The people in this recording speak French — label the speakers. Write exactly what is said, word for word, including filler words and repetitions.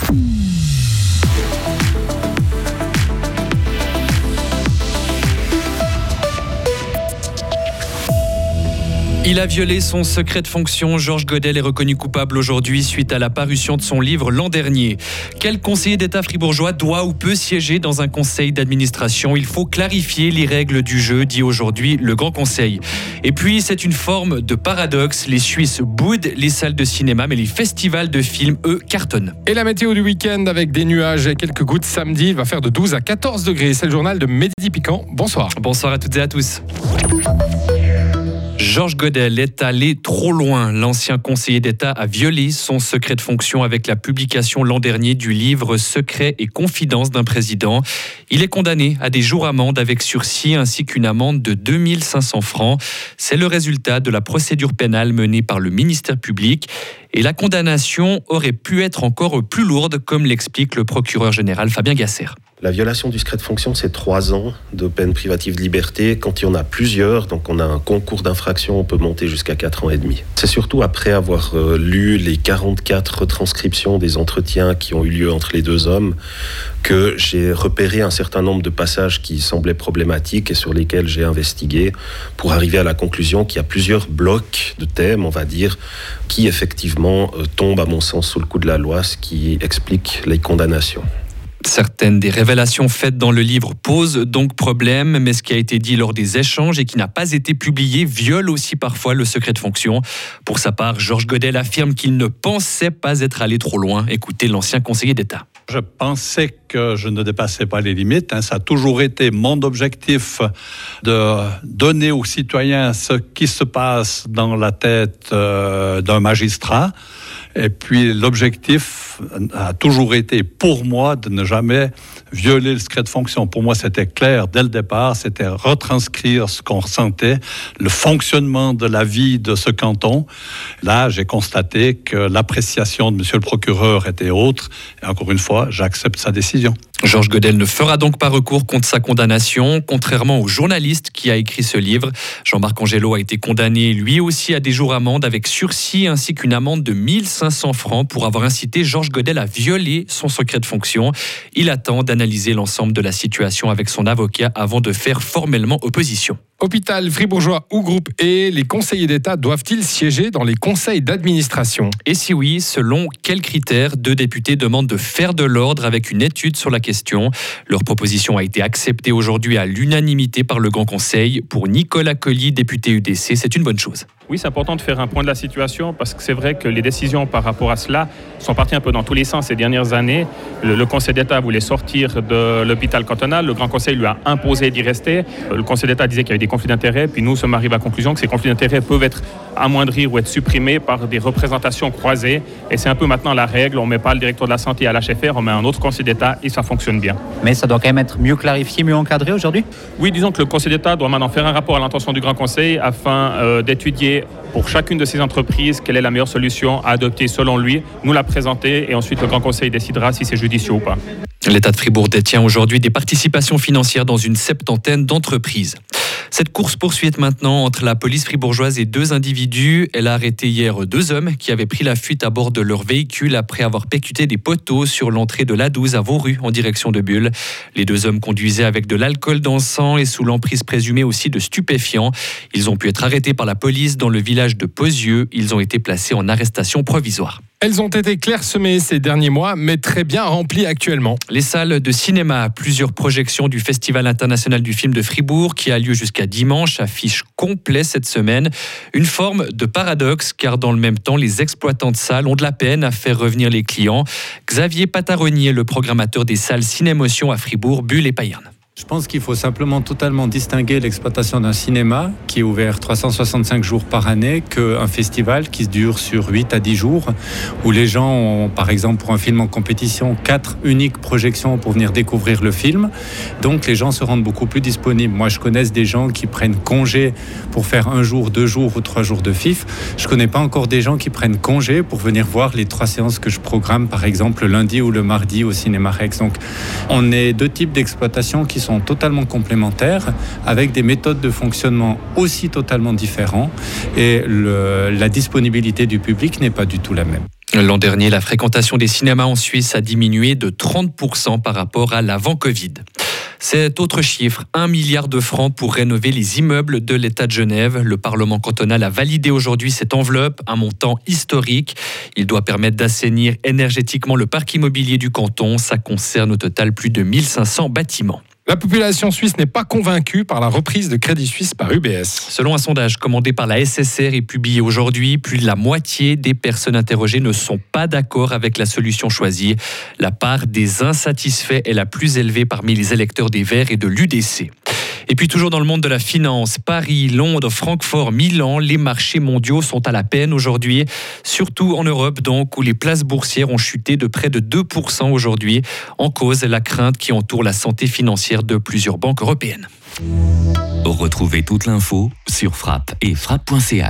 Speaker 1: Il a violé son secret de fonction. Georges Godel est reconnu coupable aujourd'hui suite à la parution de son livre l'an dernier. Quel conseiller d'État fribourgeois doit ou peut siéger dans un conseil d'administration ? Il faut clarifier les règles du jeu, dit aujourd'hui le Grand Conseil. Et puis, c'est une forme de paradoxe. Les Suisses boudent les salles de cinéma, mais les festivals de films, eux, cartonnent.
Speaker 2: Et la météo du week-end avec des nuages et quelques gouttes samedi, il va faire de douze à quatorze degrés. C'est le journal de Mehdi Piquant. Bonsoir.
Speaker 1: Bonsoir à toutes et à tous. Georges Godel est allé trop loin. L'ancien conseiller d'État a violé son secret de fonction avec la publication l'an dernier du livre Secrets et confidences d'un président. Il est condamné à des jours amende avec sursis ainsi qu'une amende de deux mille cinq cents francs. C'est le résultat de la procédure pénale menée par le ministère public. Et la condamnation aurait pu être encore plus lourde, comme l'explique le procureur général Fabien Gasser.
Speaker 3: La violation du secret de fonction, c'est trois ans de peine privative de liberté. Quand il y en a plusieurs, donc on a un concours d'infraction, on peut monter jusqu'à quatre ans et demi. C'est surtout après avoir euh, lu les quarante-quatre retranscriptions des entretiens qui ont eu lieu entre les deux hommes que j'ai repéré un certain nombre de passages qui semblaient problématiques et sur lesquels j'ai investigué pour arriver à la conclusion qu'il y a plusieurs blocs de thèmes, on va dire, qui effectivement euh, tombent à mon sens sous le coup de la loi, ce qui explique les condamnations.
Speaker 1: Certaines des révélations faites dans le livre posent donc problème, mais ce qui a été dit lors des échanges et qui n'a pas été publié viole aussi parfois le secret de fonction. Pour sa part, Georges Godel affirme qu'il ne pensait pas être allé trop loin. Écoutez l'ancien conseiller d'État.
Speaker 4: Je pensais que je ne dépassais pas les limites. Hein. Ça a toujours été mon objectif de donner aux citoyens ce qui se passe dans la tête euh, d'un magistrat. Et puis l'objectif a toujours été pour moi de ne jamais violer le secret de fonction. Pour moi, c'était clair dès le départ, c'était retranscrire ce qu'on ressentait, le fonctionnement de la vie de ce canton. Là, j'ai constaté que l'appréciation de monsieur le procureur était autre. Et encore une fois, j'accepte sa décision.
Speaker 1: Georges Godel ne fera donc pas recours contre sa condamnation, contrairement au journaliste qui a écrit ce livre. Jean-Marc Angelo a été condamné lui aussi à des jours amende avec sursis ainsi qu'une amende de mille cinq cents francs pour avoir incité Georges Godel à violer son secret de fonction. Il attend d'analyser l'ensemble de la situation avec son avocat avant de faire formellement opposition.
Speaker 2: Hôpital fribourgeois ou groupe E, les conseillers d'État doivent-ils siéger dans les conseils d'administration ?
Speaker 1: Et si oui, selon quels critères ? Deux députés demandent de faire de l'ordre avec une étude sur la question. Leur proposition a été acceptée aujourd'hui à l'unanimité par le Grand Conseil. Pour Nicolas Colli, député U D C, c'est une bonne chose.
Speaker 5: Oui, c'est important de faire un point de la situation parce que c'est vrai que les décisions par rapport à cela sont parties un peu dans tous les sens ces dernières années. Le, le Conseil d'État voulait sortir de l'hôpital cantonal. Le Grand Conseil lui a imposé d'y rester. Le Conseil d'État disait qu'il y avait des conflits d'intérêts. Puis nous sommes arrivés à la conclusion que ces conflits d'intérêts peuvent être amoindris ou être supprimés par des représentations croisées. Et c'est un peu maintenant la règle. On ne met pas le directeur de la santé à l'H F R, on met un autre Conseil d'État et ça fonctionne bien.
Speaker 6: Mais ça doit quand même être mieux clarifié, mieux encadré aujourd'hui ?
Speaker 5: Oui, disons que le Conseil d'État doit maintenant faire un rapport à l'intention du Grand Conseil afin euh, d'étudier pour chacune de ces entreprises quelle est la meilleure solution à adopter selon lui, nous la présenter et ensuite le Grand Conseil décidera si c'est judicieux ou pas.
Speaker 1: L'État de Fribourg détient aujourd'hui des participations financières dans une septantaine d'entreprises. Cette course-poursuite maintenant entre la police fribourgeoise et deux individus. Elle a arrêté hier deux hommes qui avaient pris la fuite à bord de leur véhicule après avoir percuté des poteaux sur l'entrée de l'A douze à Vauru en direction de Bulle. Les deux hommes conduisaient avec de l'alcool dans le sang et sous l'emprise présumée aussi de stupéfiants. Ils ont pu être arrêtés par la police dans le village de Pozieux. Ils ont été placés en arrestation provisoire.
Speaker 2: Elles ont été clairsemées ces derniers mois, mais très bien remplies actuellement.
Speaker 1: Les salles de cinéma, plusieurs projections du Festival international du film de Fribourg qui a lieu jusqu'à dimanche, affiche complet cette semaine. Une forme de paradoxe, car dans le même temps, les exploitants de salles ont de la peine à faire revenir les clients. Xavier Pataroni est le programmateur des salles Cinémotion à Fribourg, Bulle et Payerne.
Speaker 7: Je pense qu'il faut simplement totalement distinguer l'exploitation d'un cinéma qui est ouvert trois cent soixante-cinq jours par année qu'un festival qui se dure sur huit à dix jours où les gens ont, par exemple pour un film en compétition, quatre uniques projections pour venir découvrir le film. Donc les gens se rendent beaucoup plus disponibles. Moi je connais des gens qui prennent congé pour faire un jour, deux jours ou trois jours de F I F. Je connais pas encore des gens qui prennent congé pour venir voir les trois séances que je programme par exemple le lundi ou le mardi au Cinéma Rex. Donc on est deux types d'exploitation qui sont totalement complémentaires avec des méthodes de fonctionnement aussi totalement différentes et le, la disponibilité du public n'est pas du tout la même.
Speaker 1: L'an dernier, la fréquentation des cinémas en Suisse a diminué de trente pour cent par rapport à l'avant-Covid. Cet autre chiffre, un milliard de francs pour rénover les immeubles de l'État de Genève. Le Parlement cantonal a validé aujourd'hui cette enveloppe, un montant historique. Il doit permettre d'assainir énergétiquement le parc immobilier du canton. Ça concerne au total plus de mille cinq cents bâtiments.
Speaker 2: La population suisse n'est pas convaincue par la reprise de Crédit Suisse par U B S.
Speaker 1: Selon un sondage commandé par la S S R et publié aujourd'hui, plus de la moitié des personnes interrogées ne sont pas d'accord avec la solution choisie. La part des insatisfaits est la plus élevée parmi les électeurs des Verts et de l'U D C. Et puis toujours dans le monde de la finance, Paris, Londres, Francfort, Milan, les marchés mondiaux sont à la peine aujourd'hui, surtout en Europe donc, où les places boursières ont chuté de près de deux pour cent aujourd'hui, en cause la crainte qui entoure la santé financière de plusieurs banques européennes.
Speaker 8: Retrouvez toute l'info sur frappe et frappe point c h.